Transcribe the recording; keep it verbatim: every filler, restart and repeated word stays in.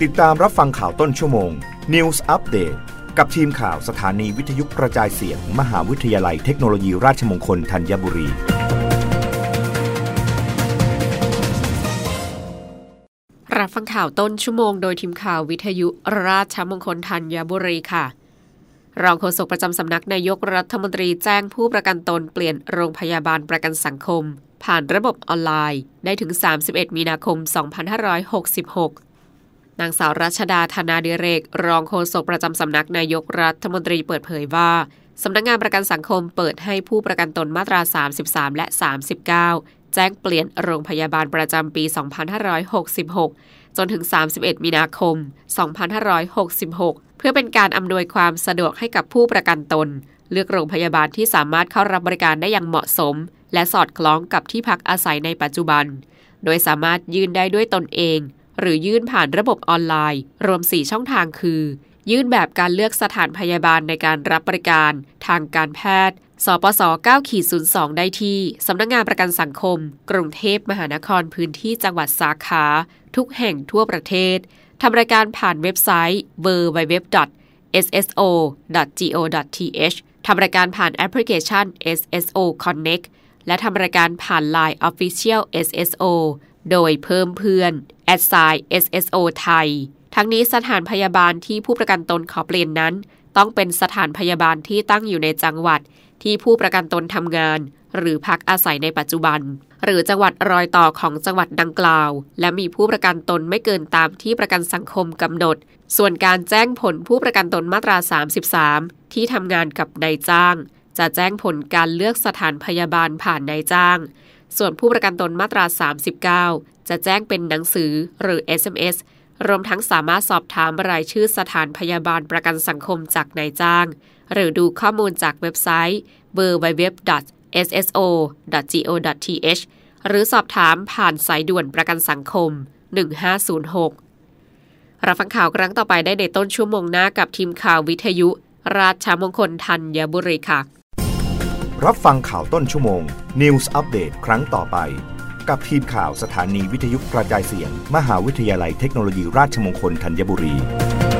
ติดตามรับฟังข่าวต้นชั่วโมง News Update กับทีมข่าวสถานีวิทยุกระจายเสียง มหาวิทยาลัยเทคโนโลยีราชมงคลธัญบุรีรับฟังข่าวต้นชั่วโมงโดยทีมข่าววิทยุราชมงคลธัญบุรีค่ะรองโฆษกประจำสำนักนายกรัฐมนตรีแจ้งผู้ประกันตนเปลี่ยนโรงพยาบาลประกันสังคมผ่านระบบออนไลน์ได้ถึงสามสิบเอ็ดมีนาคมสองพันห้าร้อยหกสิบหกนางสาวรัชดาธนาดิเรกรองโฆษกประจำสำนักนายกรัฐมนตรีเปิดเผยว่าสำนักงานประกันสังคมเปิดให้ผู้ประกันตนมาตราสามสิบสามและสามสิบเก้าแจ้งเปลี่ยนโรงพยาบาลประจำปีสองพันห้าร้อยหกสิบหกจนถึงสามสิบเอ็ดมีนาคมสองพันห้าร้อยหกสิบหกเพื่อเป็นการอำนวยความสะดวกให้กับผู้ประกันตนเลือกโรงพยาบาลที่สามารถเข้ารับบริการได้อย่างเหมาะสมและสอดคล้องกับที่พักอาศัยในปัจจุบันโดยสามารถยื่นได้ด้วยตนเองหรือยื่นผ่านระบบออนไลน์รวมสี่ช่องทางคือยื่นแบบการเลือกสถานพยาบาลในการรับบริการทางการแพทย์สปส เก้า ศูนย์ สอง ได้ที่สำนักงานประกันสังคมกรุงเทพมหานครพื้นที่จังหวัดสาขาทุกแห่งทั่วประเทศทำรายการผ่านเว็บไซต์ ดับเบิลยู ดับเบิลยู ดับเบิลยู ดอท เอส เอส โอ ดอท จี โอ ดอท ที เอช ทำรายการผ่านแอปพลิเคชัน เอส เอส โอ Connect และทำรายการผ่าน ไลน์ Official เอส เอส โอ โดยเพิ่มเพื่อน แอท ไซน์ เอส เอส โอ ไทยทั้งนี้สถานพยาบาลที่ผู้ประกันตนขอเปลี่ยนนั้นต้องเป็นสถานพยาบาลที่ตั้งอยู่ในจังหวัดที่ผู้ประกันตนทำงานหรือพักอาศัยในปัจจุบันหรือจังหวัดรอยต่อของจังหวัดดังกล่าวและมีผู้ประกันตนไม่เกินตามที่ประกันสังคมกำหนดส่วนการแจ้งผลผู้ประกันตนมาตราสามสิบสามที่ทำงานกับนายจ้างจะแจ้งผลการเลือกสถานพยาบาลผ่านนายจ้างส่วนผู้ประกันตนมาตราสามสิบเก้าจะแจ้งเป็นหนังสือหรือ เอส เอ็ม เอส รวมทั้งสามารถสอบถามรายชื่อสถานพยาบาลประกันสังคมจากนายจ้างหรือดูข้อมูลจากเว็บไซต์ ดับเบิลยู ดับเบิลยู ดับเบิลยู ดอท เอส เอส โอ ดอท จี โอ ดอท ที เอช หรือสอบถามผ่านสายด่วนประกันสังคมหนึ่งห้าศูนย์หกรับฟังข่าวครั้งต่อไปได้ในต้นชั่วโมงหน้ากับทีมข่าววิทยุราชมงคลธัญบุรีค่ะรับฟังข่าวต้นชั่วโมง News Update ครั้งต่อไปกับทีมข่าวสถานีวิทยุกระจายเสียง มหาวิทยาลัยเทคโนโลยีราชมงคลธัญบุรี